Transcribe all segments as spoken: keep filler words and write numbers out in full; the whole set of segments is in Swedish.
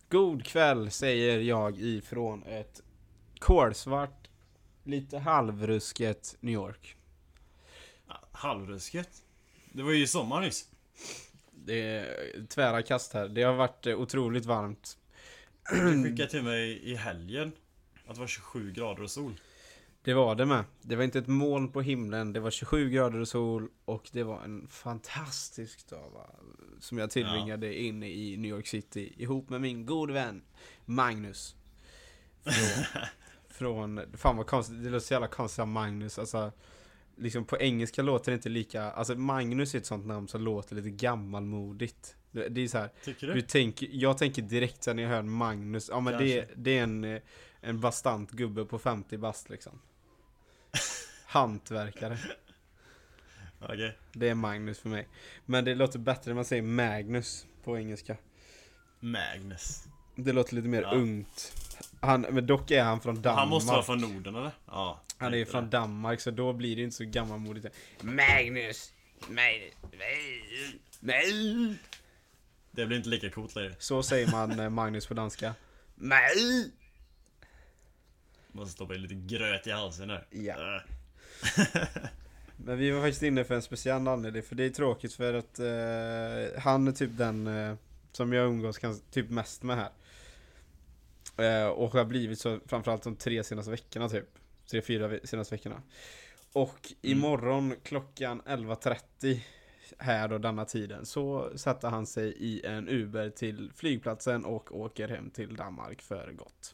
God kväll säger jag ifrån ett kolsvart, lite halvrusket New York. Ja, halvrusket? Det var ju sommar nyss. Det är tvära kast här. Det har varit otroligt varmt. Du skickade till mig i helgen att det var tjugosju grader och sol. Det var det med. Det var inte ett moln på himlen. Det var tjugosju grader och sol. Och det var en fantastisk dag, va? Som jag tillbringade ja. inne i New York City ihop med min god vän Magnus. Från, från fan vad konstigt. Det låter så jävla konstigt av Magnus. Alltså, liksom på engelska låter det inte lika. Alltså Magnus är ett sånt namn som låter lite gammalmodigt. Det, det är så här. Tycker du? du tänker, jag tänker direkt så när jag hör Magnus. Ja men det, det är en, en bastant gubbe på femtio bast liksom. Hantverkare. Okay. Det är Magnus för mig. Men det låter bättre när man säger Magnus på engelska. Magnus. Det låter lite mer ja. ungt. Han, men dock är han från Danmark. Han måste vara från Norden eller? Ja. Han är från det. Danmark, så då blir det inte så gammalmodigt. Magnus. Magnus. Magnus. Det blir inte lika coolt längre. Så säger man Magnus på danska. Magnus. Måste stoppa in lite gröt i halsen där. Ja. Men vi var faktiskt inne för en speciell anledning. För det är tråkigt för att eh, han är typ den eh, som jag umgås kan, typ mest med här. Eh, och har blivit så framförallt de tre senaste veckorna typ. Tre, fyra senaste veckorna. Och mm. imorgon klockan elva trettio här då denna tiden så sätter han sig i en Uber till flygplatsen och åker hem till Danmark för gott.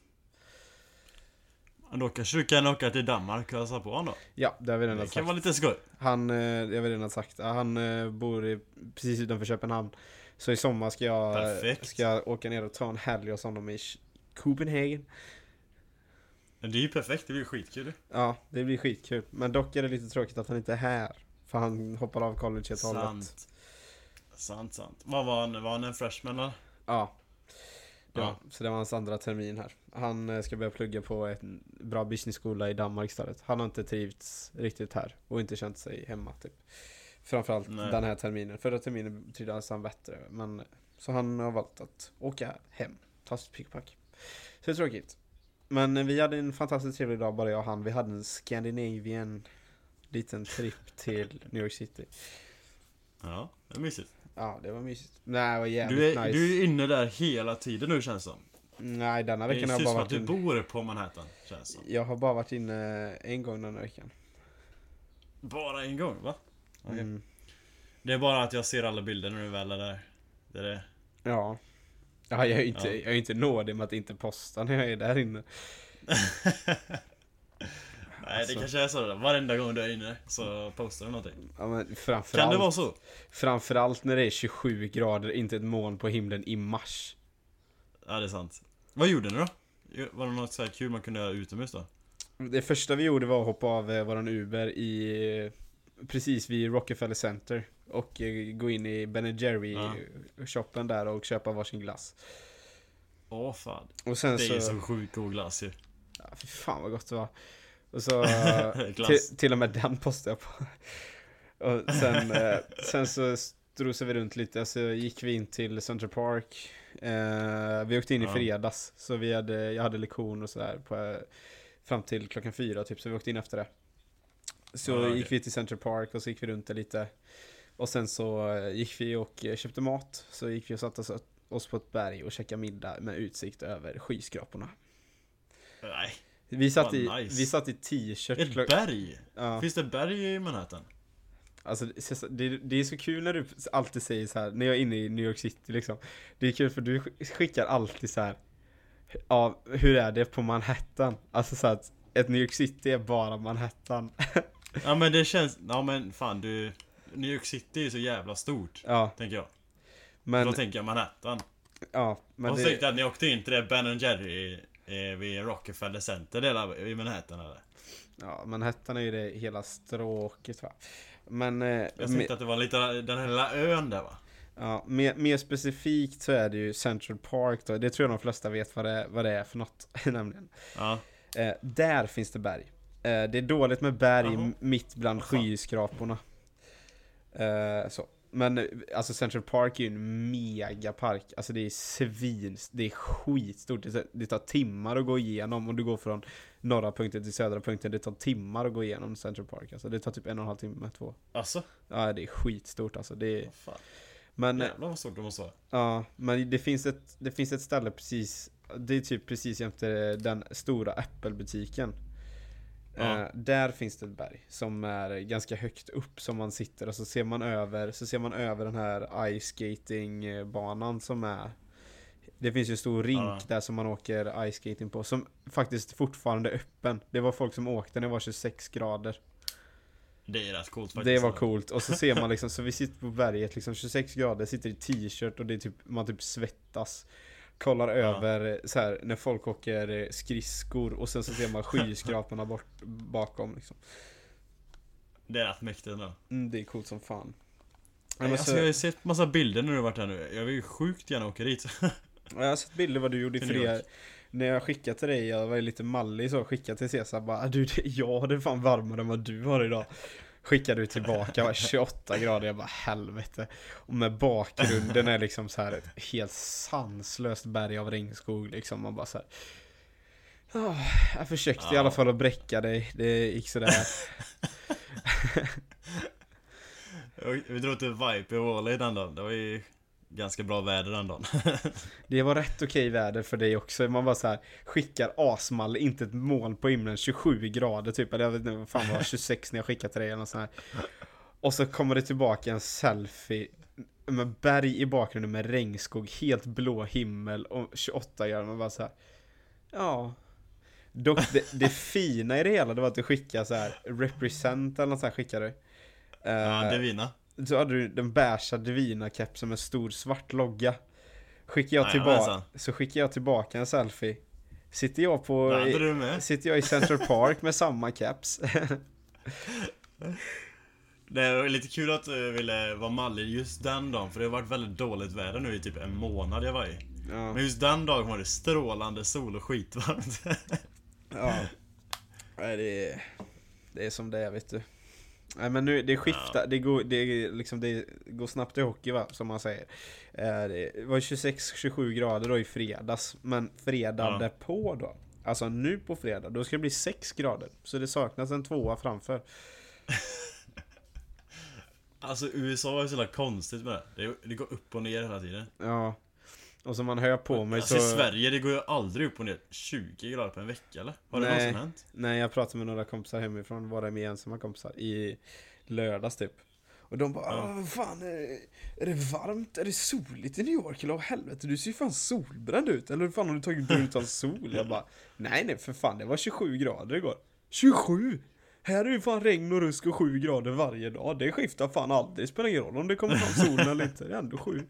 Då kanske du kan åka till Danmark och hälsa på honom då? Ja, det har vi redan det sagt. Det kan vara lite skoj. Han, jag har redan sagt, han bor i, precis utanför Köpenhamn. Så i sommar ska jag, ska jag åka ner och ta en helg hos honom i Copenhagen. Men det är ju perfekt, det blir skitkul. Ja, det blir skitkul. Men dock är det lite tråkigt att han inte är här. För han hoppar av college helt och hållet. Sant. Sant, sant. Vad var han? Var han en freshman eller? Ja. Ja, ja, så det var hans andra termin här. Han ska börja plugga på en bra businessskola i Danmark istället. Han har inte trivts riktigt här och inte känt sig hemma typ. Framförallt Nej. den här terminen. Förra terminen trivdes han bättre. Men, så han har valt att åka hem. Ta sitt pick och pack. Så det är tråkigt. Men vi hade en fantastiskt trevlig dag, bara jag och han. Vi hade en Scandinavian liten trip till New York City. Ja, det är mysigt. Ja, det var mysigt. Nej, det var jävligt du är, nice. Du är inne där hela tiden nu, känns det som. Nej, denna veckan har jag bara varit inne. Du bor på Manhattan, känns det som. Jag har bara varit inne en gång den här veckan. Bara en gång, va? Okay. Mm. Det är bara att jag ser alla bilder när du väl är där. Det är det. Ja. Ja, jag är inte, ja. jag är inte nådig med att inte posta när jag är där inne. Nej, alltså. Det kanske är så. Varenda gång du är inne så postar du någonting. Ja, men framförallt, kan det vara så? Framförallt när det är tjugosju grader, inte ett moln på himlen i mars. Ja, det är sant. Vad gjorde ni då? Var det något så här kul man kunde göra utomhus då? Det första vi gjorde var att hoppa av eh, våran Uber i precis vid Rockefeller Center och eh, gå in i Ben and Jerry ja. shoppen där och köpa varsin glass. Åh fan. Och sen det så, är så sjukt god glass ju. Ja, fy fan vad gott det var. Och så till, till och med den postade jag på. Och sen, eh, sen så strosade vi runt lite. Så gick vi in till Central Park. Eh, vi åkte in i ja. fredags. Så vi hade, jag hade lektion och sådär på, fram till klockan fyra typ. Så vi åkte in efter det. Så ja, okay. gick vi till Central Park och så gick vi runt där lite. Och sen så gick vi och köpte mat. Så gick vi och satte oss, oss på ett berg och käkade middag med utsikt över skyskraporna. Nej. Vi satt, i, nice. vi satt i t-shirt. Ett klock... berg? Ja. Finns det berg i Manhattan? Alltså det, det är så kul när du alltid säger så här, när jag är inne i New York City liksom. Det är kul för du skickar alltid så här. Ja, hur är det på Manhattan? Alltså så att ett New York City är bara Manhattan. Ja men det känns, ja men fan du, New York City är så jävla stort. Ja. Tänker jag. Men då tänker jag Manhattan. Ja, men och så det... tänkte jag att ni åkte in till det Ben and Jerry vid Rockefeller Center där i Manhattan eller? Ja, Manhattan är ju det hela stråket va. Men eh, jag tänkte med... att det var lite den här lilla ön där va. Ja, mer, mer specifikt så är det ju Central Park då. Det tror jag de flesta vet vad det, vad det är för något nämligen. Ja. Eh, där finns det berg. Eh, det är dåligt med berg Aha. mitt bland skyskraporna. Eh, så. Men alltså Central Park är ju en megapark. Alltså det är svin, det är skitstort. Det tar timmar att gå igenom. Om du går från norra punkten till södra punkten, det tar timmar att gå igenom Central Park. Alltså det tar typ en och en halv timme, två. Alltså? Ja, det är skitstort alltså. Det är... Oh, fan. Men, jävlar vad stort det måste vara. Ja, men det finns ett, det finns ett ställe precis, det är typ precis jämte den stora Apple-butiken. Ja. Eh, där finns det ett berg som är ganska högt upp, som man sitter och så ser man över, så ser man över den här ice skating banan som är. Det finns ju en stor rink ja. där som man åker ice skating på, som faktiskt fortfarande är öppen. Det var folk som åkte när det var tjugosex grader. Det är rätt coolt faktiskt. Det var coolt. Och så ser man liksom, så vi sitter på berget liksom tjugosex grader, sitter i t-shirt och det är typ, man typ svettas. Kollar ja. över så här när folk åker skridskor och sen så ser man skyskraporna bort bakom liksom. Det är rätt mäktigt ändå. Mm, det är coolt som fan. Nej, alltså, så... Jag har ju sett massa bilder när du har varit här nu. Jag vill ju sjukt gärna åka dit. Jag har sett bilder vad du gjorde i fred. När jag skickade till dig, jag var ju lite mallig så, skickade till Cesar bara, du, jag hade fan varmare än vad du har idag. Skickade du tillbaka, var tjugoåtta grader, jag bara helvete. Och med bakgrunden är liksom så här ett helt sanslöst berg av regnskog liksom, man bara så här. Oh, jag försökte ja. i alla fall att bräcka dig, det gick sådär. Vi drog till Vipe i Wally den dagen, det var ju ganska bra väder den dagen. Det var rätt okej väder för dig också. Man bara så här skickar asmall, inte ett moln på himlen, tjugosju grader typ. Eller jag vet inte vad fan var tjugosex när jag skickade till dig eller så här. Och så kommer det tillbaka en selfie med berg i bakgrunden med regnskog, helt blå himmel och tjugoåtta grader. Man bara så här. Ja. Dock det, det fina i det hela, det var att du skickade så här represent eller något så här skickade du. Ja, det vina. Så hade du den bärsa Divina-kepsen med stor svart logga. Skickar jag tillbaka, så skickar jag tillbaka en selfie. Sitter jag på i, sitter jag i Central Park med samma keps. Det var lite kul att du ville vara mallig just den dagen, för det har varit väldigt dåligt väder nu i typ en månad jag var i. Ja. Men just den dagen var det strålande sol och skitvarmt. Ja. Det är, det är som det är, vet du. Nej, men nu, det skiftar, ja. det, går, det, liksom, det går snabbt i hockey va, som man säger. Det var tjugosex tjugosju grader då i fredags, men fredag ja. därpå då, alltså nu på fredag, då ska det bli sex grader. Så det saknas en tvåa framför. Alltså U S A är så jävla konstigt med det. det Det går upp och ner hela tiden. Ja. Och som man hör på mig alltså, så... i Sverige, det går ju aldrig upp och ner tjugo grader på en vecka, eller? Har det någonsin hänt? Nej, jag pratade med några kompisar hemifrån, var det med ensamma kompisar i lördags typ. Och de bara, ja. vad fan, är, är det varmt? Är det soligt i New York? Eller helvete, du ser ju fan solbränd ut. Eller hur fan har du tagit utan sol? Jag bara, nej nej för fan, det var tjugosju grader igår. tjugosju! Här är ju fan regn och rusk och sju grader varje dag. Det skiftar fan aldrig, det spelar ingen roll om det kommer fram solen eller inte. Det är ändå sju.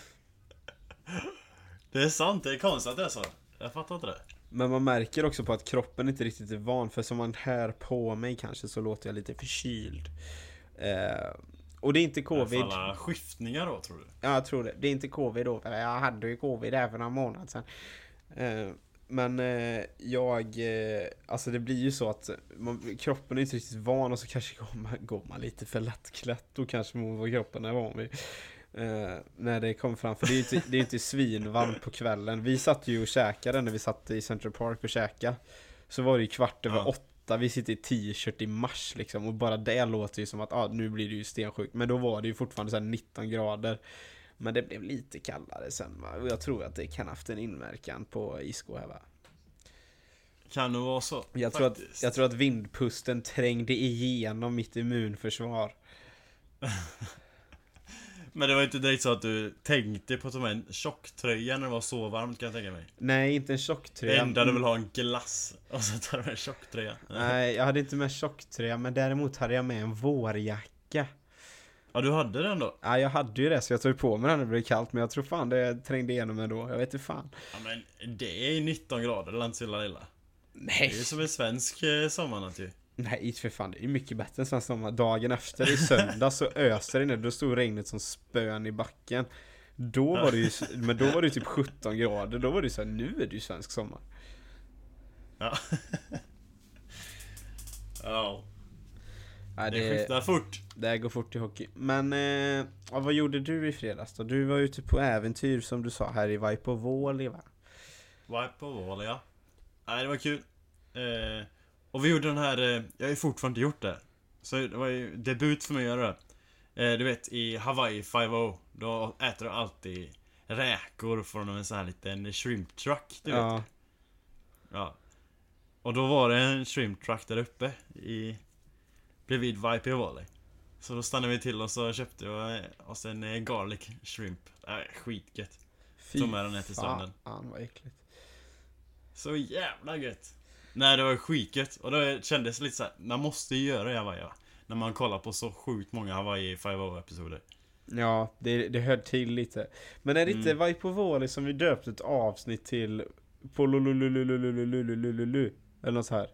Det är sant, det är konstigt att det är så. Jag fattar inte det. Men man märker också på att kroppen inte riktigt är van. För som man hör på mig kanske så låter jag lite förkyld. Eh, och det är inte covid. Alla skiftningar då, tror du? Ja, jag tror det. Det är inte covid då. Jag hade ju covid där för några månader sedan. Eh, men eh, jag... Eh, alltså det blir ju så att man, kroppen är inte riktigt van. Och så kanske går man, går man lite för lättklätt. Då kanske man vad kroppen är van vid. Uh, när det kom fram, för det är inte, det är inte svinvarmt på kvällen. Vi satt ju och käkade när vi satt i Central Park och käka. Så var det ju kvart över ja. åtta. Vi sitter i t-shirt i mars liksom. Och bara det låter ju som att ah, nu blir det ju stensjukt. Men då var det ju fortfarande så här nitton grader. Men det blev lite kallare sen va? Och jag tror att det kan haft en inverkan på isko här va. Kan det vara så? Jag tror, att, jag tror att vindpusten trängde igenom mitt immunförsvar. Men det var inte direkt så att du tänkte på att ta med en tjocktröja när det var så varmt, kan jag tänka mig. Nej, inte en tjocktröja. Det enda du vill ha en glass och så tar du med en tjocktröja. Nej, jag hade inte med tjocktröja, men däremot hade jag med en vårjacka. Ja, du hade den då? Ja, jag hade ju det, så jag tog på mig den när det blev kallt. Men jag tror fan det trängde igenom ändå, jag vet inte fan. Ja, men det är nitton grader, det är inte så illa illa. Nej. Det är ju som en svensk eh, sommarnatt ju. Nej, för fan, det är mycket bättre än svensk sommar. Dagen efter, i söndag, så öste det ner. Då stod regnet som spön i backen. Då var det ju, men då var det typ sjutton grader. Då var det så här, nu är det ju svensk sommar. Ja. Ja. Ja, det, det skiftar fort. Det går fort i hockey. Men eh, vad gjorde du i fredags då? Du var ute på äventyr som du sa här i Vipe och Våli, va? Vipe och Våli, ja. Nej, det var kul. Eh, och vi gjorde den här, eh, jag har ju fortfarande inte gjort det. Så det var ju debut för mig att göra det. Eh, du vet, i Hawaii five-oh, då äter du alltid räkor från en sån här liten shrimp truck, du ja. vet. Ja. Och då var det en shrimp truck där uppe i bredvid Vipe och Våli. Så då stannade vi till och så köpte jag oss en garlic shrimp. Nej, skitgött. Fy Tog med den ner till stranden. Fan, vad äckligt. Så jävla gött. Nej, det var skitgött. Och då kändes det lite så här, man måste ju göra det i Hawaii, va? När man kollar på så sjukt många Hawaii five-oh episoder. Ja, det, det hör till lite. Men är det inte mm. Vipe och Våli som vi döpte ett avsnitt till på lululululululululululu eller något så här?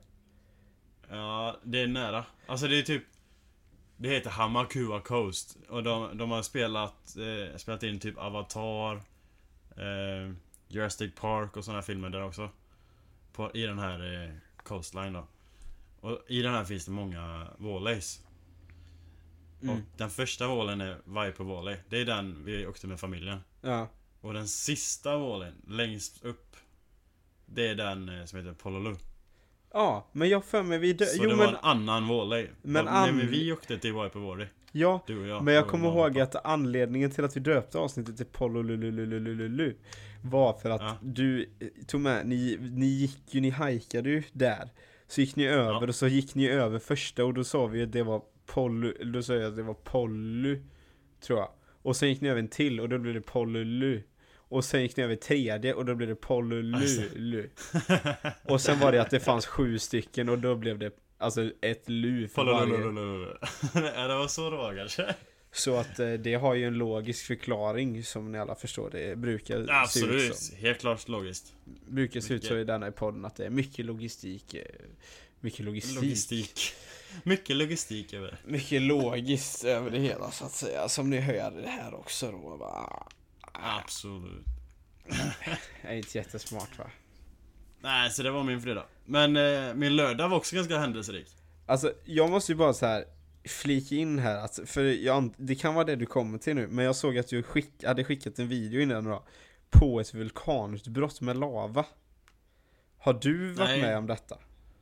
Ja, det är nära. Alltså det är typ, det heter Hamakua Coast. Och de, de har spelat eh, spelat in typ Avatar, eh, Jurassic Park och såna här filmer där också. På, I den här eh, coastline då. Och i den här finns det många vålays. Mm. Och den första vålen är Vipe och Våli. Det är den vi åkte med familjen. Ja. Och den sista vålen längst upp, det är den eh, som heter Pololu. Ja, men jag för mig vi dö- Så jo, det men... var en annan vålej. Men, an... an... men vi åkte till Vipe och Våli. Ja, du och jag, men jag och kommer ihåg att anledningen till att vi döpte avsnittet till Pololulululululu var för att ja. du tog med, ni, ni gick ju, ni hajkade ju där. Så gick ni över ja. och så gick ni över första och då sa vi att det var Polu, då sa jag att det var Pollu, tror jag. Och sen gick ni över en till och då blev det Polulu. Och sen gick ni över tredje och då blev det Polulu. Och sen var det att det fanns sju stycken och då blev det alltså ett lu för varje. Ja, det var så då kanske. Så att eh, det har ju en logisk förklaring som ni alla förstår. Det brukar absolut, se ut som. Helt klart logiskt. Brukar se ut så i denna i podden att det är mycket logistik. Mycket logistik. Logistik. Mycket logistik över. Mycket logiskt över det hela så att säga. Som ni hör det här också då. Va? Absolut. Jag är inte jättesmart, va? Nej, så det var min fredag. Men eh, min lördag var också ganska händelserik. Alltså, jag måste ju bara så här flika in här att, för jag, det kan vara det du kommer till nu, men jag såg att du skick, hade skickat en video innan då på ett vulkanutbrott med lava. Har du varit Nej. med om detta?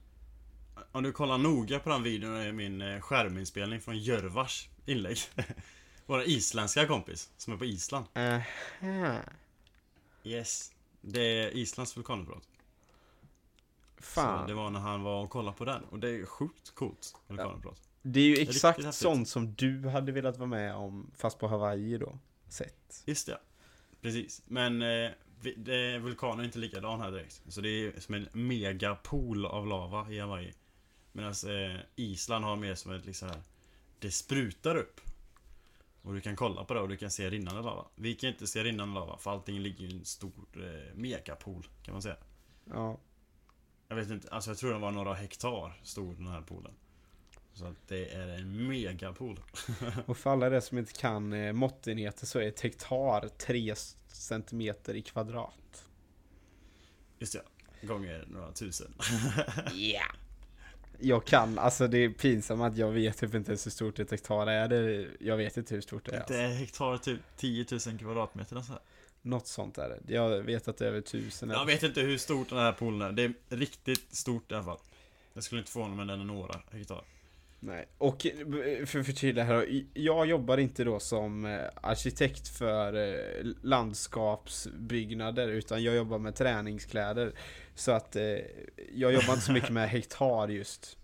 Om du kollar noga på den videon är min skärminspelning från Jörvars inlägg. Vår isländska kompis som är på Island. Aha. Yes. Det är Islands vulkanutbrott. Fan. Så det var när han var och kollade på den. Och det är sjukt coolt vulkanutbrott. Ja. Det är ju det är exakt sånt som du hade velat vara med om, fast på Hawaii då. Sett. Just det. Precis. Men eh, det, vulkanen är inte likadan här direkt. Så det är som en megapool av lava i Hawaii. Medan eh, Island har mer som ett liksom här, det sprutar upp. Och du kan kolla på det och du kan se rinnande lava. Vi kan inte se rinnande lava för allting ligger i en stor eh, megapool kan man säga. Ja. Jag vet inte, alltså jag tror det var några hektar stor den här poolen. Så att det är en megapool. Och för alla det som inte kan eh, måttenheter så är ett hektar tre centimeter i kvadrat. Just det, gånger några tusen. Ja. Yeah. Jag kan, alltså det är pinsamt att jag vet typ inte hur stort ett hektar är. Det, jag vet inte hur stort det är. Det är hektar typ tio tusen kvadratmeter och så här. Något sånt är det. Jag vet att det är över tusen. Jag vet inte hur stort den här poolen är. Det är riktigt stort i alla fall. Jag skulle inte få honom med den några hektar. Nej, och för att förtydliga här, jag jobbar inte då som arkitekt för landskapsbyggnader utan jag jobbar med träningskläder. Så att jag jobbar inte så mycket med hektar just.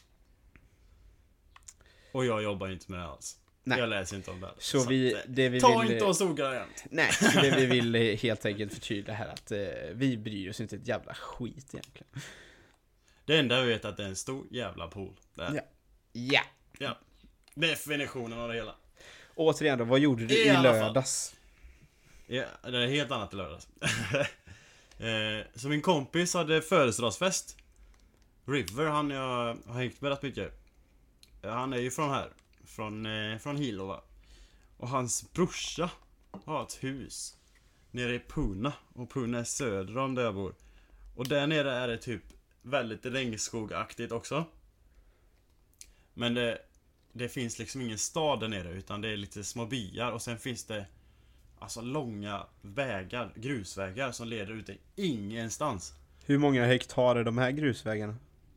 Och jag jobbar inte med det alls. Nej. Jag läser inte om det. Så, så vi, det vi ta vill, inte oss ogrant. Nej, det vi vill helt enkelt förtydliga här att vi bryr oss inte ett jävla skit egentligen. Det enda jag vet är att det är en stor jävla pool. Där. Ja. Ja. Ja. Definitionen av det hela. Återigen då, vad gjorde du i, i lördags? Ja, det är helt annat i lördags. eh, så min kompis hade födelsedagsfest. River, han jag har hängt med rätt mycket. Han är ju från här. Från, eh, från Hilova. Och hans brorsa har ett hus nere i Puna. Och Puna är söder om där jag bor. Och där nere är det typ väldigt regnskogaktigt också. Men det, det finns liksom ingen stad där nere, utan det är lite små byar. Och sen finns det alltså långa vägar, grusvägar som leder ut till ingenstans. Hur många hektar är de här grusvägarna?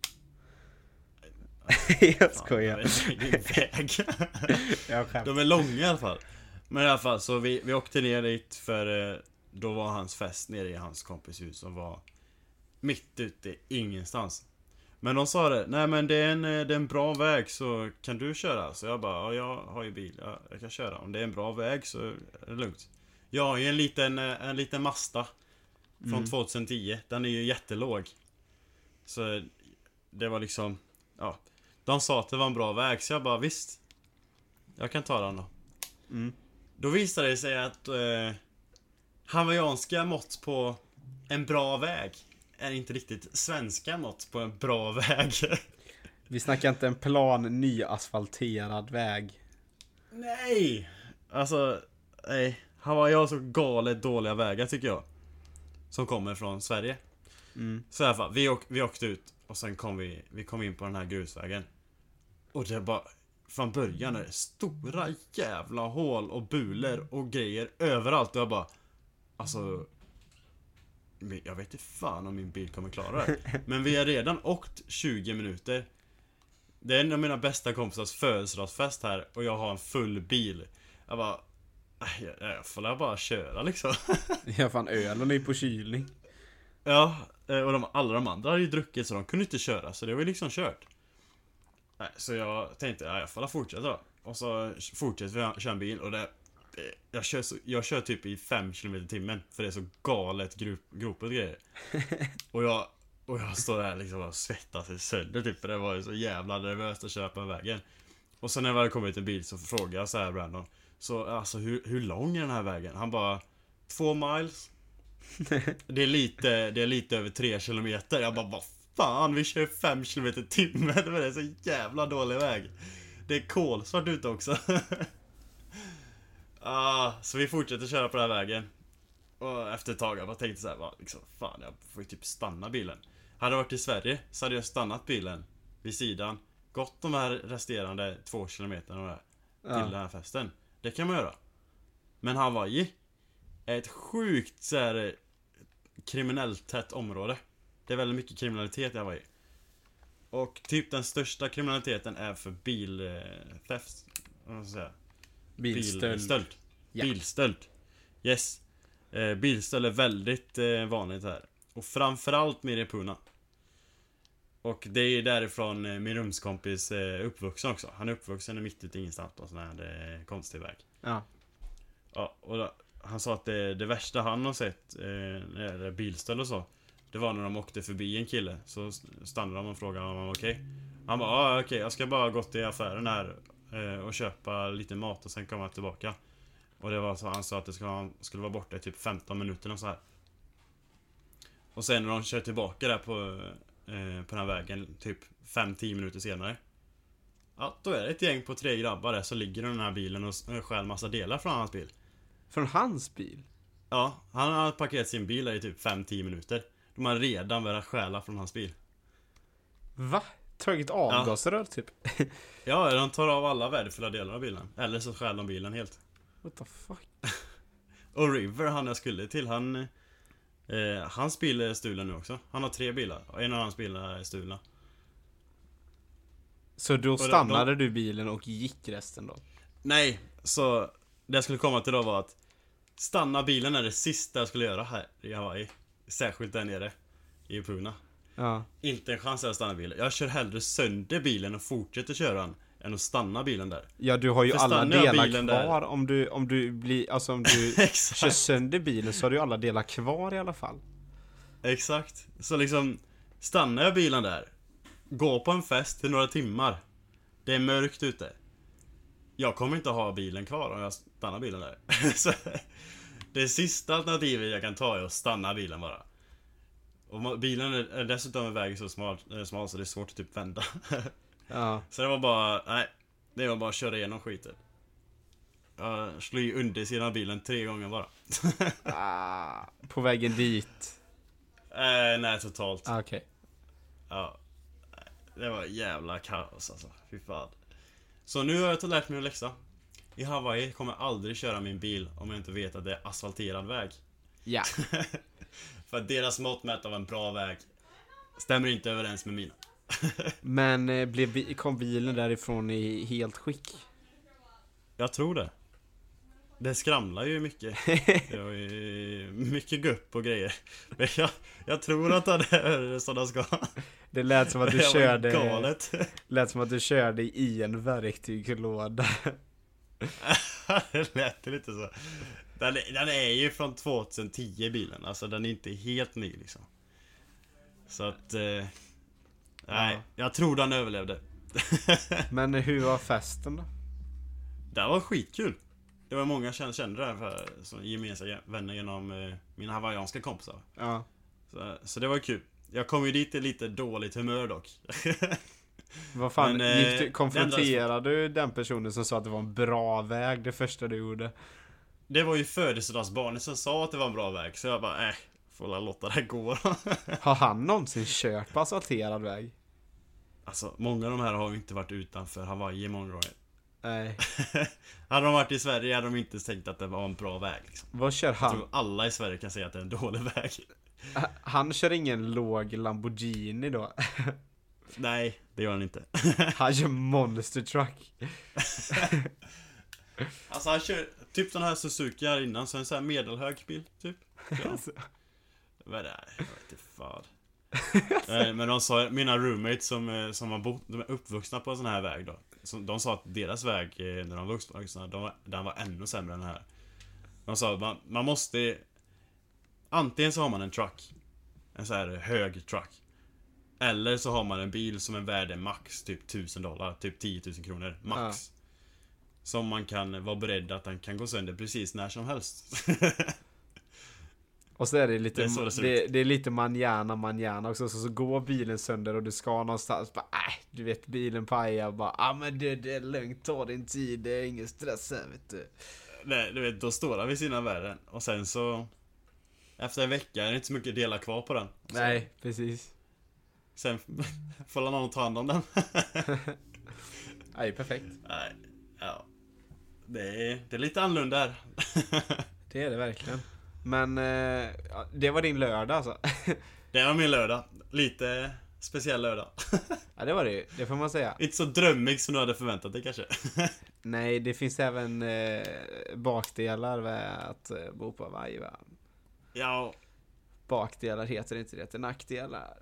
Jag skojar. Fan, det är en väg. Jag skämt. De är långa i alla fall. Men i alla fall, så vi, vi åkte ner dit för eh, då var hans fest nere i hans kompis hus som var mitt ute i ingenstans. Men de sa det, nej men det är, en, eh, det är en bra väg, så kan du köra? Så jag bara, ja, jag har ju bil, ja, jag kan köra. Om det är en bra väg så är det lugnt. Jag har ju en liten, eh, en liten Mazda från Mm. tjugohundratio. Den är ju jättelåg. Så det var liksom, ja, de sa att det var en bra väg, så jag bara, visst, jag kan ta den då. Mm. Då visade det sig att eh, hawaiianska mått på en bra väg är inte riktigt svenska mått på en bra väg. Vi snackar inte en plan nyasfalterad väg. Nej! Alltså, nej. Hawaii har så galet dåliga vägar tycker jag. Som kommer från Sverige. Mm. Så i alla fall, vi, åk, vi åkte ut och sen kom vi, vi kom in på den här grusvägen. Och det bara, från början är det stora jävla hål och buler och grejer överallt. Och jag bara, alltså, jag vet inte fan om min bil kommer klara det. Men vi har redan åkt tjugo minuter. Det är en av mina bästa kompisars födelsedagsfest här och jag har en full bil. Jag bara, jag, jag får väl bara köra liksom. Ja, fan, ölen är på kylning. Ja, och de, alla de andra hade ju druckit så de kunde inte köra, så det var ju liksom kört. Nej, så jag tänkte, ja, jag får fortsätta då. Och så fortsätter vi köra en bil och det, jag, kör så, jag kör typ i fem kilometer i timmen. För det är så galet grup, gropet grejer. Och jag, och jag står där liksom och svettas i sönder typ. För det var ju så jävla nervöst att köra på den vägen. Och sen när jag hade kommit till en bil så frågade jag så här Brandon, så alltså hur, hur lång är den här vägen? Han bara, två miles. Det är lite, det är lite över tre kilometer. Jag bara, vad fan, vi kör fem kilometer i timmen. Det är så jävla dålig väg. Det är kolsvart ute också. ah, Så vi fortsätter köra på den här vägen. Och efter ett tag jag bara tänkte så här, va, liksom, fan, jag får ju typ stanna bilen. Hade jag varit i Sverige så hade jag stannat bilen vid sidan, gått de här resterande två kilometerna till Ja. den här festen. Det kan man göra. Men Hawaii är ett sjukt så här kriminellt tätt område. Det är väldigt mycket kriminalitet i Hawaii. Och typ den största kriminaliteten är för biltheft. Vad ska jag säga? Bilstöld. Bilstöld. Ja. Bilstöld. Yes. Eh, bilstöld är väldigt eh, vanligt här. Och framförallt med i Puna. Och det är därifrån eh, min rumskompis eh, uppvuxen också. Han är uppvuxen mitt ute i ingenstans på sån här eh, konstig väg. Ja. Ja, och då, han sa att det, det värsta han har sett eh, när det är bilstöld och så, det var när de åkte förbi en kille. Så stannade de och frågade om han var okej. Han bara, ja ah, okej, jag ska bara gå till affären här eh, och köpa lite mat och sen komma tillbaka. Och det var så, han sa att det skulle, skulle vara borta i typ femton minuter och så här. Och sen när de kör tillbaka där på, eh, på den här vägen typ fem till tio minuter senare, ja, då är det ett gäng på tre grabbar där, så ligger den här bilen och stjäl massa delar från hans bil. Från hans bil? Ja, han har parkerat sin bil där i typ fem till tio minuter. De har redan börjat stjäla från hans bil. Va? Tagit avgasrör typ? Ja, de tar av alla värdefulla delar av bilen. Eller så stjäl de bilen helt. What the fuck? Och River, han jag skulle till, han eh, hans bil är stulen nu också. Han har tre bilar och en av hans bilar är stulna. Så då de- stannade du bilen och gick resten då? Nej, så det jag skulle komma till då var att stanna bilen är det sista jag skulle göra här i Hawaii. Särskilt där nere i Puna. Ja. Inte en chans att stanna bilen. Jag kör hellre sönder bilen och fortsätter köra den än att stanna bilen där. Ja, du har ju För alla stannar jag delar bilen kvar där- om du, om du blir, alltså om du Exakt. kör sönder bilen så har du ju alla delar kvar i alla fall. Exakt. Så liksom, stannar jag bilen där, gå på en fest i några timmar, det är mörkt ute, jag kommer inte ha bilen kvar om jag stannar bilen där. Så det sista alternativet jag kan ta är att stanna bilen bara. Och bilen är dessutom en väg så smal, smal så det är svårt att typ vända. Ja. Så det var bara, nej, det var bara att köra igenom skiten. Jag slog ju under sidan av bilen tre gånger bara. Ah, på vägen dit. eh, nej, totalt. Ah, okej. Ja, det var jävla kaos alltså, fy fan. Så nu har jag lärt mig att läxa. I Hawaii kommer jag aldrig köra min bil om jag inte vet att det är asfalterad väg. Ja. För att deras mått mätt av en bra väg stämmer inte överens med mina. Men eh, blev, kom bilen därifrån i helt skick? Jag tror det. Det skramlar ju mycket. Det var ju mycket gupp och grejer. Men jag, jag tror att det är så det ska. Det lät som att du det körde galet. lät som att du körde i en verktygslåda. Det lät lite så. Den, den är ju från tjugohundratio bilen. Alltså den är inte helt ny liksom. Så att eh, nej, jag tror den överlevde. Men hur var festen då? Det var skitkul. Det var många kände, kände det för som gemensamma vänner genom eh, mina hawaiianska kompisar. Ja. Så, så det var kul. Jag kom ju dit i lite dåligt humör dock. Vad fan, Men, gick du, eh, konfronterade du den personen som sa att det var en bra väg det första du gjorde? Det var ju födelsedagsbarnet som sa att det var en bra väg. Så jag bara, äh, får la låta det gå. Har han någonsin kört på asfalterad väg? Alltså, många av de här har ju inte varit utanför Hawaii många gånger. Nej. Hade de varit i Sverige hade de inte tänkt att det var en bra väg liksom. Vad kör Jag han? tror alla i Sverige kan säga att det är en dålig väg. Han kör ingen låg Lamborghini då? Nej, det gör han inte. Han kör monster truck. Alltså han kör typ den här Suzuki här innan. Så en sån här medelhög bil typ. Ja. Alltså. Vad är det här? Jag vet inte fan. Nej, men de sa, mina roommates som, som har bott, de är uppvuxna på en sån här väg då. Så de sa att deras väg när de var uppvuxna, de var, den var ännu sämre än den här. De sa att man, man måste, antingen så har man en truck, en sån här hög truck, eller så har man en bil som är värd max typ tusen dollar, typ tio tusen kronor max. Ja. Som man kan vara beredd att den kan gå sönder precis när som helst. Och så är det lite, det är, det, det är lite manjana manjana också. Så, så går bilen sönder och du ska någonstans. Bara, äh, du vet bilen pajar. Bara, ah, men det, det är lugnt, ta din tid. Det är ingen stress här, vet du. Nej, du vet, då står han vid sina värden. Och sen så efter en vecka är det inte så mycket delar kvar på den. Så, nej, precis. Sen får någon ta hand om den. Nej, perfekt. Nej, ja. Det är, det är lite annorlunda här. Det är det verkligen. Men eh, det var din lördag alltså. Det var min lördag. Lite speciell lördag. Ja, det var det ju. Det får man säga. Inte så drömmig som du hade förväntat dig kanske. Nej, det finns även eh, bakdelar med att eh, bo på Hawaii, va? Ja. Bakdelar heter inte det, det är nackdelar.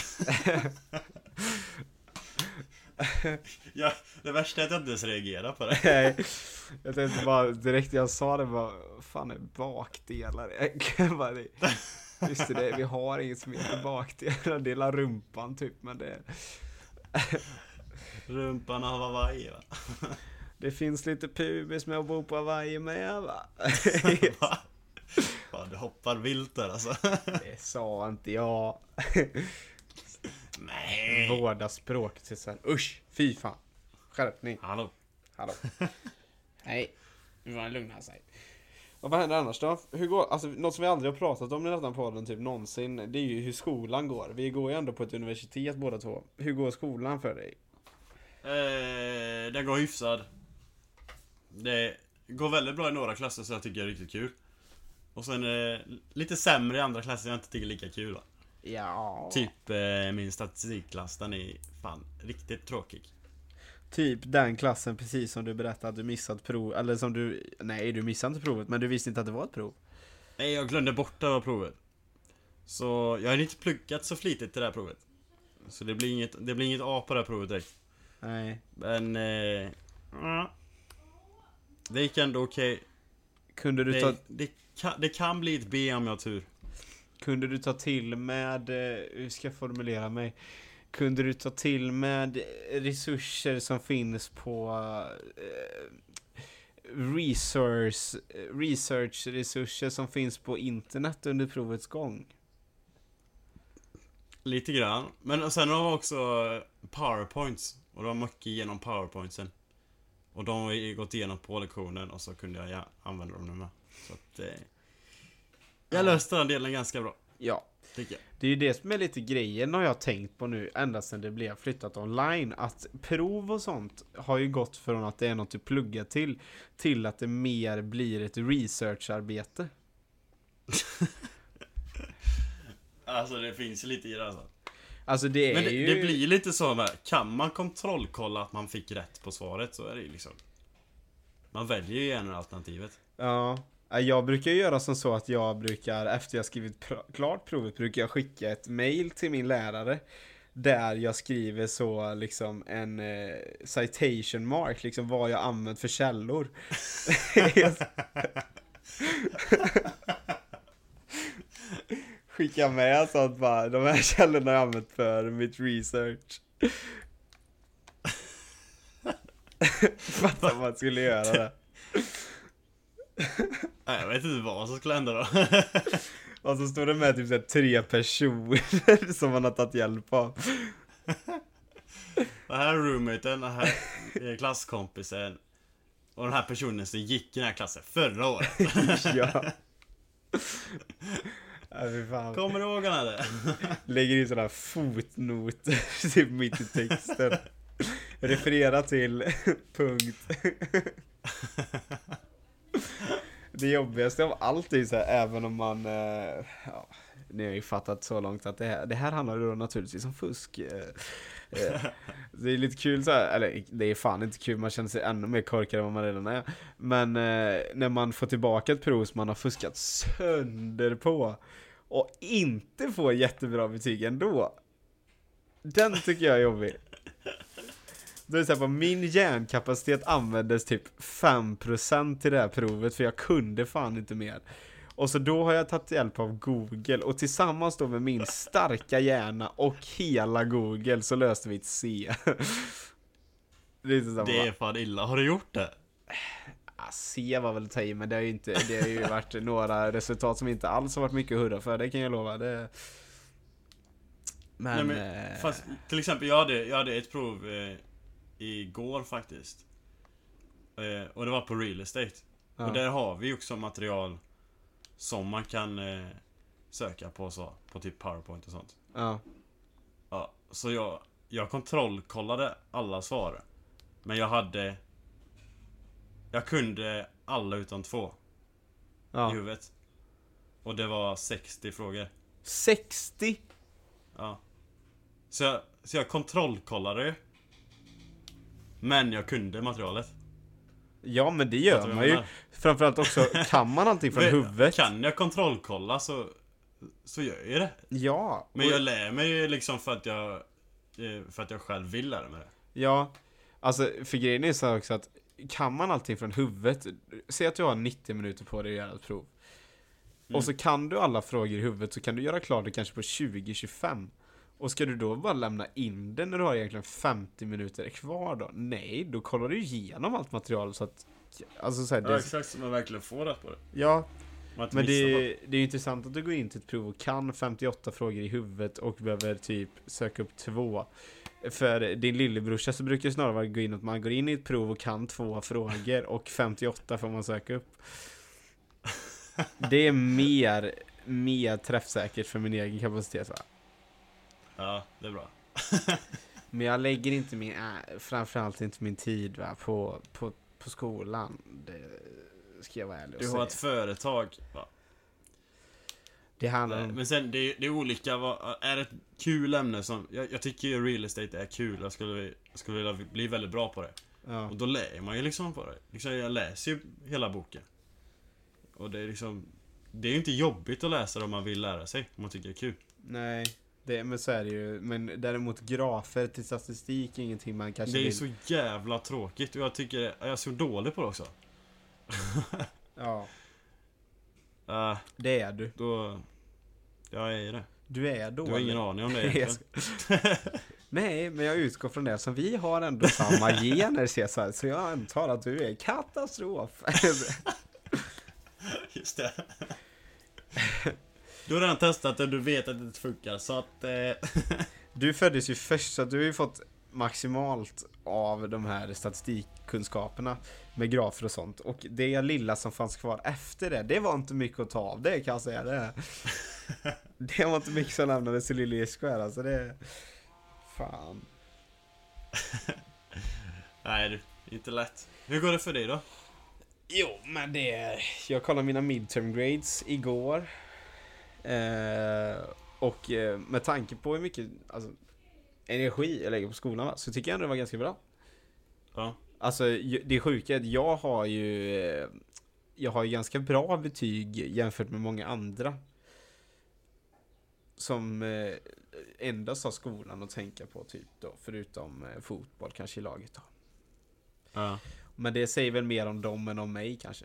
Ja, det värsta är att jag inte ens reagerar på det. Nej, jag tänkte bara direkt jag sa det bara, fan är bakdelar? Jag bara, just det, vi har inget som heter bakdelar, det är rumpan typ, men det rumpan av Hawaii, va? Det finns lite pubis med att bo på Hawaii med, va? Va? Fan, du hoppar vilt där alltså. Det sa inte jag. Nej. Vårda språket till sen. Usch, fy fan. Skärpning. Hallå. Hallå. Nej, nu var han lugna sig. Och vad händer annars då? Hur går, alltså, något som vi aldrig har pratat om i den här podden typ någonsin, det är ju hur skolan går. Vi går ju ändå på ett universitet båda två. Hur går skolan för dig? Eh, det går hyfsad. Det går väldigt bra i några klasser så jag tycker det är riktigt kul. Och sen eh, lite sämre i andra klasser jag inte tycker lika kul, va? Ja. Typ eh, min statistikklass, den är fan riktigt tråkig. Typ den klassen precis som du berättade att du missat prov. Eller som du, nej du missade inte provet, men du visste inte att det var ett prov. Nej, jag glömde bort det här provet. Så jag har inte pluggat så flitigt till det här provet. Så det blir inget, det blir inget A på det här provet direkt. Nej. Men eh, det gick ändå okej. Okay. Kunde du det, ta... det, kan, det kan bli ett B om jag har tur. Kunde du ta till med, hur ska jag formulera mig? Kunde du ta till med resurser som finns på eh, research, research-resurser som finns på internet under provets gång? Lite grann. Men sen har vi också PowerPoints. Och de har mycket igenom PowerPointsen. Och de har ju gått igenom på lektionen. Och så kunde jag använda dem nu med. Så att eh, jag löste den delen ganska bra. Ja. tycker jag. Det är ju det som är lite grejen har jag tänkt på nu ända sedan det blev flyttat online. Att prov och sånt har ju gått från att det är något att plugga till till att det mer blir ett researcharbete. Alltså det finns lite i det alltså. Alltså det är Men det, ju... det blir lite så med, kan man kontrollkolla att man fick rätt på svaret så är det ju liksom. Man väljer ju gärna alternativet. Ja, jag brukar göra som så att jag brukar, efter jag skrivit pr- klart provet, brukar jag skicka ett mail till min lärare där jag skriver så liksom en eh, citation mark, liksom vad jag använt för källor. Skicka med så att bara, de här källorna har jag använt för mitt research. Fattar man skulle göra det. Nej, jag vet inte vad som skulle hända då. Och så står det med typ så här, tre personer som man har tagit hjälp av. Det här är roommaten, det här är klasskompisen. Och den här personen som gick i den här klassen förra året. Ja. Ja, fy fan. Kommer du ihåg den här? Lägger in sådana fotnoter typ mitt i texten. Referera till punkt. Det jobbigaste av allt är så här, även om man eh, ja, ni har ju fattat så långt att det här, det här handlar då naturligtvis om fusk. Eh, eh, det är lite kul så här, eller det är fan inte kul, man känner sig ännu mer korkad än vad man redan är. Men eh, när man får tillbaka ett prov som man har fuskat sönder på och inte får jättebra betyg ändå. Den tycker jag är jobbig. Det är så här, på min hjärnkapacitet användes typ fem procent till det här provet för jag kunde fan inte mer. Och så då har jag tagit hjälp av Google och tillsammans då med min starka hjärna och hela Google så löste vi ett C. Det är, så det är fan illa. Har du gjort det? Ja, C var väl att ta i, men det har ju inte, det har ju varit några resultat som inte alls har varit mycket att hurra för, det kan jag lova. Det... Men, Nej, men eh... fast, till exempel jag hade, jag hade ett prov eh, igår faktiskt. Eh, och det var på real estate. Ja. Och där har vi också material som man kan eh, söka på så, på typ PowerPoint och sånt. Ja. Ja, så jag, jag kontrollkollade alla svar. Men jag hade, jag kunde alla utan två. Ja. I huvudet. Och det var sextio frågor. sextio? Ja. Så jag, så jag kontrollkollade ju. Men jag kunde materialet. Ja, men det gör man ju. Framförallt också, kan man allting från huvudet? Kan jag kontrollkolla så, så gör jag det. Ja. Men jag lär mig ju liksom för att jag för att jag själv vill lära mig det. Ja. Alltså, för grejen är så också att kan man allting från huvudet, säg att du har nittio minuter på dig att göra ett prov. Mm. Och så kan du alla frågor i huvudet, så kan du göra klart det kanske på tjugo till tjugofem. Och ska du då bara lämna in den när du har egentligen femtio minuter kvar då? Nej, då kollar du igenom allt material så att... Alltså så här, ja, det... exakt, så man verkligen får rätt på det. Ja, men det, det är intressant att du går in till ett prov och kan femtioåtta frågor i huvudet och behöver typ söka upp två. För din lillebrorsa så brukar det snarare gå in att man går in i ett prov och kan två frågor och femtioåtta får man söka upp. Det är mer, mer träffsäkert för min egen kapacitet, va? Ja, det är bra. Men jag lägger inte min, äh, framförallt inte min tid, va, på, på, på skolan. Det ska jag vara ärlig och Du har säga. ett företag, va? Det handlar om... Men sen, det är, det är olika, vad, är det ett kul ämne som... Jag, jag tycker ju real estate är kul, jag skulle, jag skulle vilja bli väldigt bra på det. Ja. Och då lär man ju liksom på det. Liksom, jag läser ju hela boken. Och det är liksom... Det är ju inte jobbigt att läsa det om man vill lära sig, om man tycker det är kul. Nej, det, men så är det ju. Men däremot grafer till statistik är ingenting man kanske Det är vill... så jävla tråkigt, och jag tycker... Jag är så dålig på det också. Ja. Uh, det är du. Då... Jag är det. Du är dålig. Du har ingen aning om det egentligen. Nej, men jag utgår från det. Så vi har ändå samma gener, Cesar. Så jag antar att du är katastrof. Just det. Du har redan testat det, du vet att det inte funkar. Så att... Eh... Du föddes ju först, så du har ju fått maximalt av de här statistikkunskaperna med grafer och sånt. Och det lilla som fanns kvar efter det, det var inte mycket att ta av det, kan jag säga det. det var inte mycket som lämnades till Lily Square, alltså det... Fan. Nej du, inte lätt. Hur går det för dig då? Jo, men det... Jag kollade mina midterm grades igår. Eh, och eh, med tanke på hur mycket alltså, energi jag lägger på skolan, så tycker jag ändå det var ganska bra. Ja. Alltså, det sjuka är att jag har ju... Jag har ju ganska bra betyg jämfört med många andra. Som eh, endast har skolan att tänka på typ då, förutom eh, fotboll kanske i laget då. Ja. Men det säger väl mer om dem än om mig kanske.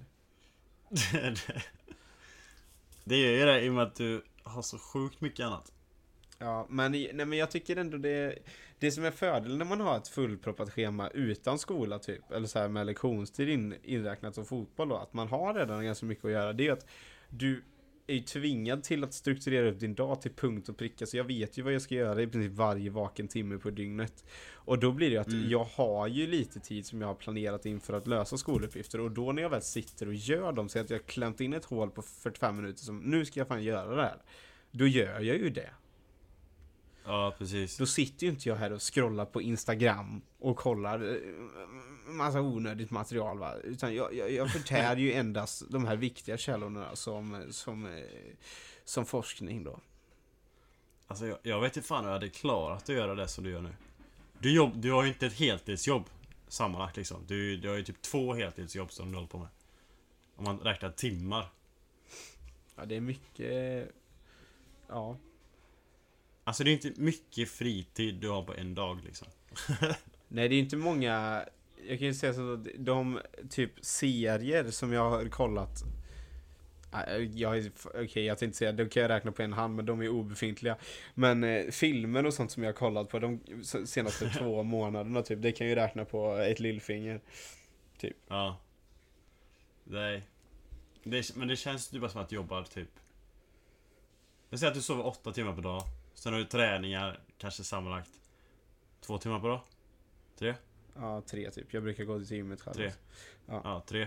Det gör ju det i och med att du har så sjukt mycket annat. Ja, men, nej, men jag tycker ändå det det som är fördelen när man har ett fullproppat schema utan skola typ, eller så här med lektionstid in, inräknat som fotboll då, att man har redan ganska mycket att göra, det är att du är tvingad till att strukturera upp din dag till punkt och pricka, så jag vet ju vad jag ska göra i princip varje vaken timme på dygnet. Och då blir det att mm. jag har ju lite tid som jag har planerat in för att lösa skoluppgifter, och då när jag väl sitter och gör dem, så att jag har klämt in ett hål på fyrtiofem minuter som nu ska jag fan göra det här, då gör jag ju det. Ja, precis. Då sitter ju inte jag här och scrollar på Instagram och kollar massa onödigt material, va? Utan jag, jag, jag förtär ju endast de här viktiga källorna som, som, som forskning då. Alltså jag, jag vet inte fan hur jag hade klarat att göra det som du gör nu. Du, jobb, du har ju inte ett heltidsjobb sammanlagt liksom. Du, du har ju typ två heltidsjobb som du håller på med. Om man räknar timmar. Ja, det är mycket... Ja. Alltså det är inte mycket fritid du har på en dag liksom. Nej, det är inte många... Jag kan ju säga så att de typ serier som jag har kollat... Jag, okej, okay, jag tänkte säga, de kan jag räkna på en hand, men de är obefintliga. Men eh, filmer och sånt som jag har kollat på de senaste två månaderna typ, det kan jag ju räkna på ett lillfinger. Typ. Ja. Nej. Det, men det känns ju bara som att du jobbar typ... Jag säger att du sover åtta timmar per dag. Sen har du träningar, kanske sammanlagt två timmar per dag. Tre? Ja, tre typ. Jag brukar gå till gymmet själv. Tre. Ja. ja, tre.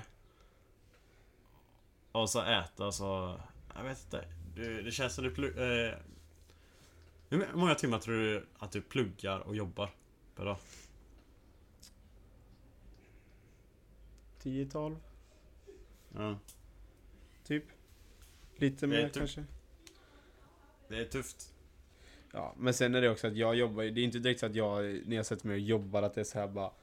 Och så äta, så... Jag vet inte. Du, det känns som du plugg, eh, hur många timmar tror du att du pluggar och jobbar per dag? tio tolv. Ja. Typ. Lite mer kanske. Det är tufft. Ja, men sen är det också att jag jobbar, det är inte direkt så att jag, när jag sätter mig och jobbar, att det är så här bara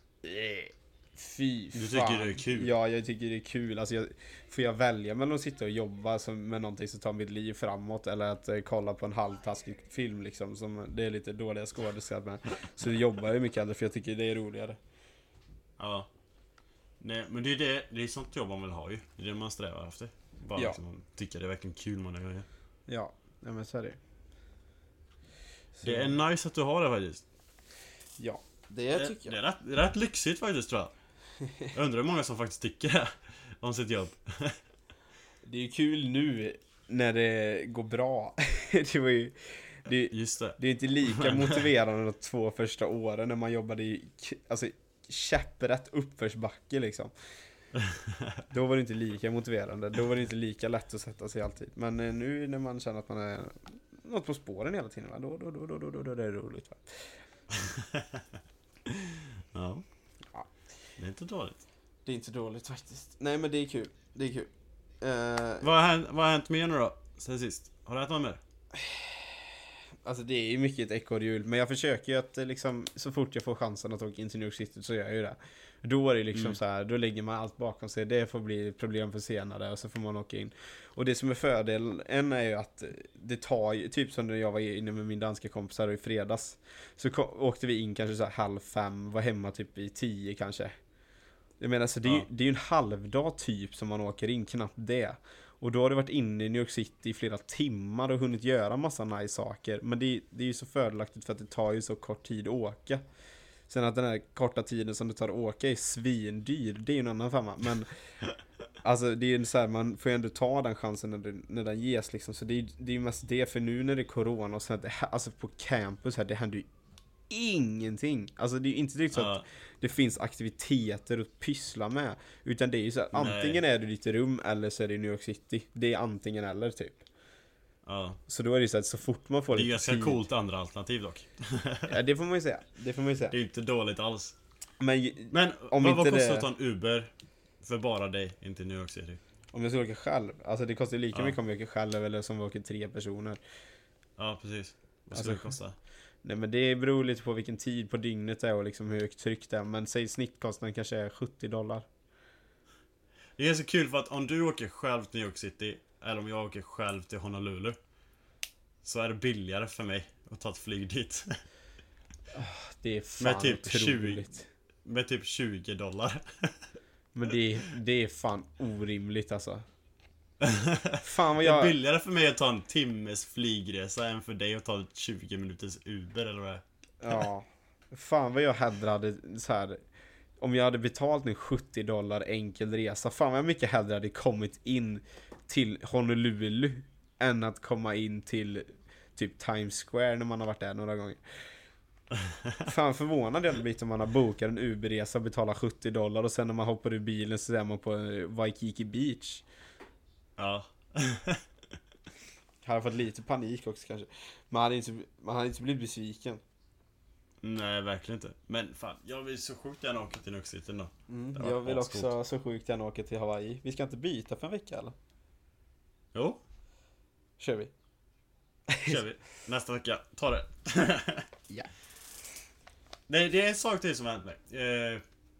fy fan. Du tycker det är kul? Ja, jag tycker det är kul. Alltså jag, får jag välja mellan att sitta och jobba som, med någonting som tar mitt liv framåt, eller att eh, kolla på en halvtaskig film liksom, som det är lite dåliga skådespelare med, så jobbar jag mycket hellre, för jag tycker det är roligare. Ja. Nej, men det är det, det är sånt jobb man vill ha ju. Det är det man strävar efter. Bara ja. Liksom, man tycker det är verkligen kul man gör. Ja, ja men så är det. Så. Det är nice att du har det faktiskt. Ja, det, det tycker jag. Det är, rätt, det är rätt lyxigt faktiskt, tror jag. Jag undrar hur många som faktiskt tycker det om sitt jobb. Det är ju kul nu när det går bra. Det var ju det, Just det. Det är inte lika motiverande de två första åren när man jobbade i alltså käpprätt uppförsbacke liksom. Då var det inte lika motiverande. Då var det inte lika lätt att sätta sig alltid. Men nu när man känner att man är något på spåren hela tiden, va? Då, då, då, då, då, då, då är det roligt, va? Ja. Ja. Det är inte dåligt. Det är inte dåligt faktiskt. Nej, men det är kul. Det är kul. Uh, vad, har hänt, vad har hänt med nu då? Sen sist. Har du ätit något mer? Alltså det är ju mycket ett ekorrhjul. Men jag försöker ju att liksom, så fort jag får chansen att åka in till New York City, så gör jag ju det. Då är det liksom mm. så här, då lägger man allt bakom sig. Det får bli problem för senare, och så får man åka in. Och det som är fördel en är ju att det tar ju, typ som när jag var inne med min danska kompisar i fredags, så kom, åkte vi in kanske så här halv fem, var hemma typ i tio kanske. Jag menar, så det är, ja. det är ju en halvdag typ som man åker in, knappt det. Och då har det varit inne i New York City i flera timmar och hunnit göra massa nice saker. Men det, det är ju så fördelaktigt för att det tar ju så kort tid att åka. Sen att den här korta tiden som det tar att åka är svindyr, det är ju en annan femma. Men alltså det är ju så här, man får ju ändå ta den chansen när, det, när den ges liksom. Så det är, det är ju mest det, för nu när det är corona och så här, det, alltså på campus här, det händer ju ingenting. Alltså det är ju inte direkt så att det finns aktiviteter att pyssla med, utan det är ju så här, antingen är det ditt rum eller så är det New York City. Det är antingen eller typ. Ja. Så då är det så att så fort man får Det är lite ganska tid... coolt andra alternativ dock. Ja, det får man ju säga. Det får man ju säga. Det är inte dåligt alls. Men, Men om vad, inte vad kostar det... det att ta en Uber för bara dig, inte New York City? Om jag ska åka själv, alltså det kostar ju lika Ja. mycket om jag åker själv eller som vi åker tre personer. Ja, precis. Vad Alltså, skulle det kosta? Nej, men det beror lite på vilken tid på dygnet det är och liksom hur högt tryck det är. Men säg snittkostnaden kanske är sjuttio dollar. Det är så kul för att om du åker själv till New York City, eller om jag åker själv till Honolulu, så är det billigare för mig att ta ett flyg dit. Det är fan Med typ otroligt. tjugo Med typ tjugo dollar. Men det, det är fan orimligt alltså. Fan vad Det är jag... billigare för mig att ta en timmes flygresa än för dig att ta ett tjugo minuters Uber eller vad det är. Ja. Fan vad jag hellre hade så här. Om jag hade betalt en sjuttio dollar enkel resa. Fan vad jag mycket hellre hade kommit in till Honolulu än att komma in till typ Times Square när man har varit där några gånger. Fan förvånad jag hade blivit om man har bokat en Uberresa och betalar sjuttio dollar och sen när man hoppar ur bilen så är man på Waikiki Beach. Ja. Jag hade fått lite panik också kanske. Man hade inte, man hade inte blivit besviken. Nej, verkligen inte. Men fan, jag vill så sjukt gärna åka till New York City då. Mm, Det var jag vill ascoolt. också så sjukt gärna åka till Hawaii. Vi ska inte byta för en vecka eller? Jo, Kör vi. kör vi. Nästa vecka. Ta det. Ja. Nej, det är en sak till som har hänt mig. Eh,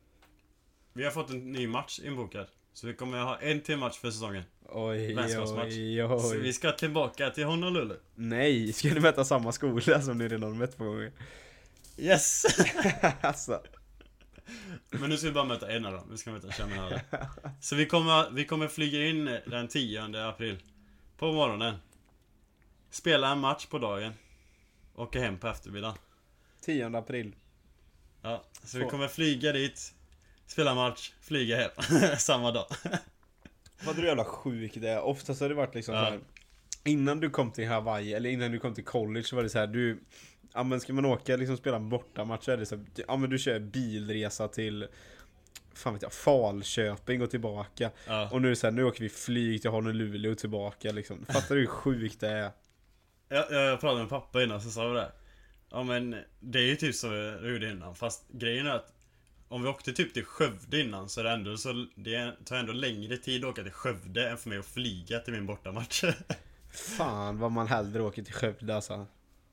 vi har fått en ny match inbokad. Så vi kommer ha en till match för säsongen. Oj, Vänskapsmatch. oj, Så vi oj. ska tillbaka till Honolulu. Nej, ska du möta samma skola som ni redan mött på gånger? Yes! Alltså. Men nu ska vi bara möta en av dem. Vi ska möta Chaminade. Så vi kommer, vi kommer flyga in den tionde april. På morgonen. Spela en match på dagen. Åka hem på eftermiddagen. tionde april. Ja, så vi Så. kommer flyga dit. Spela match, flyga hem. Samma dag. Vad du jävla sjuk det är. Oftast har det varit liksom Ja. så här. Innan du kom till Hawaii eller innan du kom till college så var det så här. Du, ja men ska man åka liksom spela en bortamatch så är det så här, ja men du kör bilresa till fan vet jag, Falköping och tillbaka. Ja. Och nu är det så här, nu åker vi flyg till Honolulu och tillbaka liksom. Fattar du hur sjukt det är? Jag, jag pratade med pappa innan så sa vi det. Ja men det är ju typ så jag gjorde innan. Fast grejen är att om vi åkte typ till Skövde innan så är det ändå så det tar ändå längre tid att åka till Skövde än för mig att flyga till min bortamatch. Fan vad man hellre åker till Skövde alltså.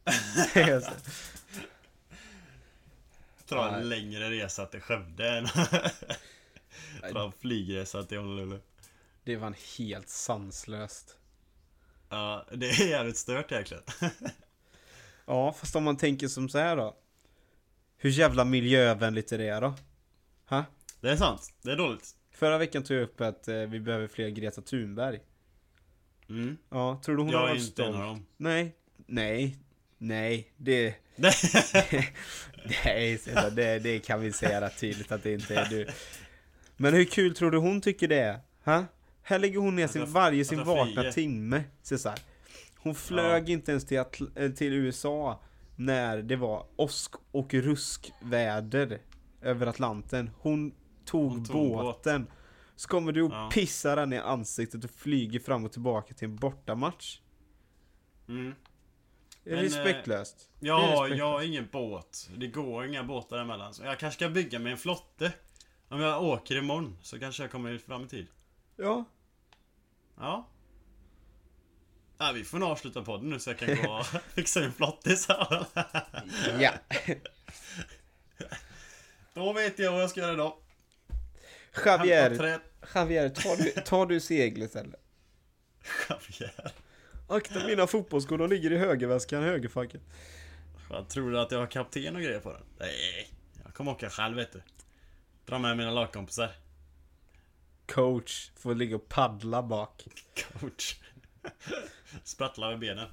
Ta en Nej. längre resa till Skövde än ta en flygresa till Honolulu. Det var en helt sanslöst. Ja, det är jävligt stört egentligen. Ja, fast om man tänker som så här då. Hur jävla miljövänligt är det då? Ha? Det är sant, det är dåligt. Förra veckan tog jag upp att eh, vi behöver fler Greta Thunberg. Mm. Ja, tror du hon Jag har är varit inte en av stolt? dem. Nej, nej, nej, det... nej, Cesar, det, det kan vi säga rätt tydligt att det inte är du. Men hur kul tror du hon tycker det är? Ha? Här lägger hon ner Att sin, jag- varje att sin jag vakna flyger. timme, Cesar. Hon flög inte ens till, Atl- eh, till U S A när det var åsk och ruskväder över Atlanten. Hon tog, Hon tog båten. Så kommer du och Ja. pissar den i ansiktet och flyger fram och tillbaka till en bortamatch. Mm. Det är Men, respektlöst. Det är Ja, respektlöst. jag har ingen båt. Det går inga båtar emellan. Så jag kanske ska bygga mig en flotte. Om jag åker imorgon så kanske jag kommer fram i tid. Ja. Ja. Ja, vi får nog avsluta podden nu så jag kan gå och fixa min flotte så. Ja. Då vet jag vad jag ska göra idag. Javier, Hämta träd. Javier tar, du, tar du seglet eller? Javier. Akta mina fotbollsskor, de ligger i högerväskan, högerfacket. Jag tror du att jag har kapten och grejer på den? Nej, jag kommer åka själv vet du. Dra med mina lagkompisar. Coach får ligga och paddla bak. Coach. Sprattla med benen.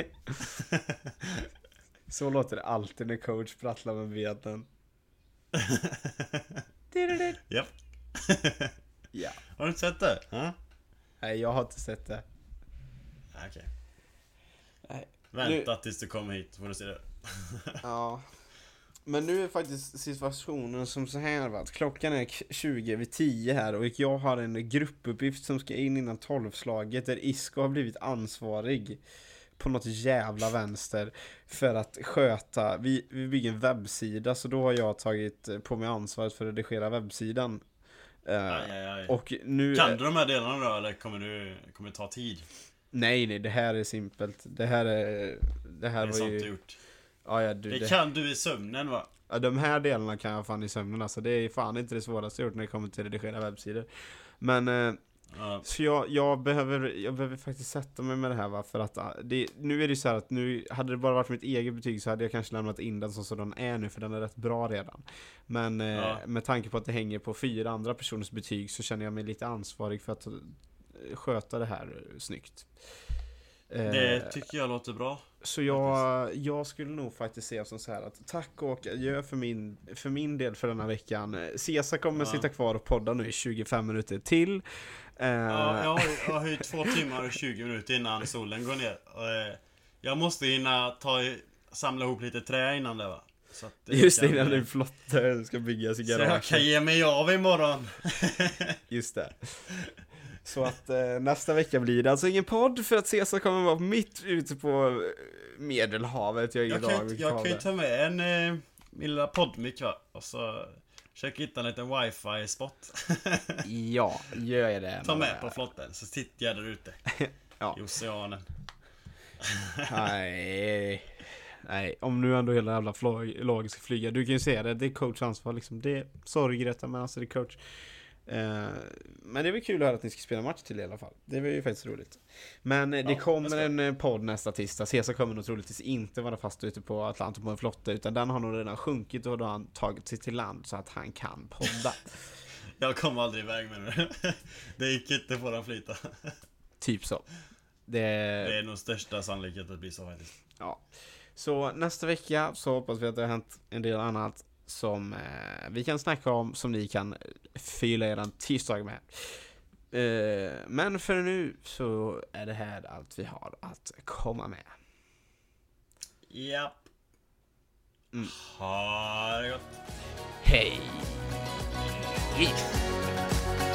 Så låter det alltid när coach prattlar med benen. Japp. Ja. Har du inte sett det? Ha? Nej, jag har inte sett det. Okej. Nej. Vänta tills du kommer hit så får du se det. Ja. Men nu är faktiskt situationen som så här, va? Att klockan är tjugo vid tio här och jag har en gruppuppgift som ska in innan tolvslaget där Isko har blivit ansvarig på något jävla vänster för att sköta, vi, vi bygger en webbsida, så då har jag tagit på mig ansvaret för att redigera webbsidan. Aj, aj, aj. Och nu kan du de här delarna då, eller kommer du kommer det ta tid? Nej, nej, det här är simpelt. Det här är det här det är var ju gjort. Ja, ja, du, det, det kan du i sömnen, va? Ja, de här delarna kan jag fan i sömnen, alltså det är fan inte det svåraste jag gjort när det kommer till att redigera webbsidor. Men eh, ja. Så jag, jag behöver jag behöver faktiskt sätta mig med det här, va, för att det, nu är det så här att nu hade det bara varit mitt eget betyg så hade jag kanske lämnat in den som sådan är nu, för den är rätt bra redan. Men ja. eh, med tanke på att det hänger på fyra andra personers betyg så känner jag mig lite ansvarig för att sköta det här snyggt. Det tycker jag låter bra. Så jag, jag skulle nog faktiskt säga som så här att tack och adjö för min, för min del för denna veckan. Cesar kommer ja. sitta kvar och podda nu i tjugofem minuter till. Ja, jag har, jag har ju två timmar och tjugo minuter innan solen går ner. Jag måste hinna ta, samla ihop lite trä innan det, va? Så att det Just det, kan, innan din flotte ska byggas i garaget. Så jag kan ge mig av imorgon. Just det. Så att eh, nästa vecka blir det alltså ingen podd för att Cesar kommer vara mitt ute på Medelhavet. Jag, jag kan ju jag kan ta med en eh, min lilla poddmick, va? Och så försöka hitta en liten wifi-spot. Ja, gör jag det. Ta med på flotten, så sitter jag där ute. Ja. I oceanen. Nej. Nej, om nu ändå hela jävla laget ska flyga. Du kan ju säga det, det är coach ansvar liksom. Det är sorg rätta, men alltså det är coach. Uh, men det är väl kul att höra att ni ska spela match till i alla fall. Det är ju faktiskt roligt. Men ja, det kommer en podd nästa tisdag. Cesar kommer nog troligtvis inte vara fast ute på Atlanten på en flotte, utan den har nog redan sjunkit och då har han tagit sig till land så att han kan podda. Jag kommer aldrig iväg med det. Det gick inte på den flyta. Typ så. Det... det är nog största sannolikhet att det blir så faktiskt. Ja. Så nästa vecka så hoppas vi att det har hänt en del annat som eh, vi kan snacka om, som ni kan fylla er en tisdag med. Eh, men för nu så är det här allt vi har att komma med. Japp. Mm. Ha det gott. Hej. Hej.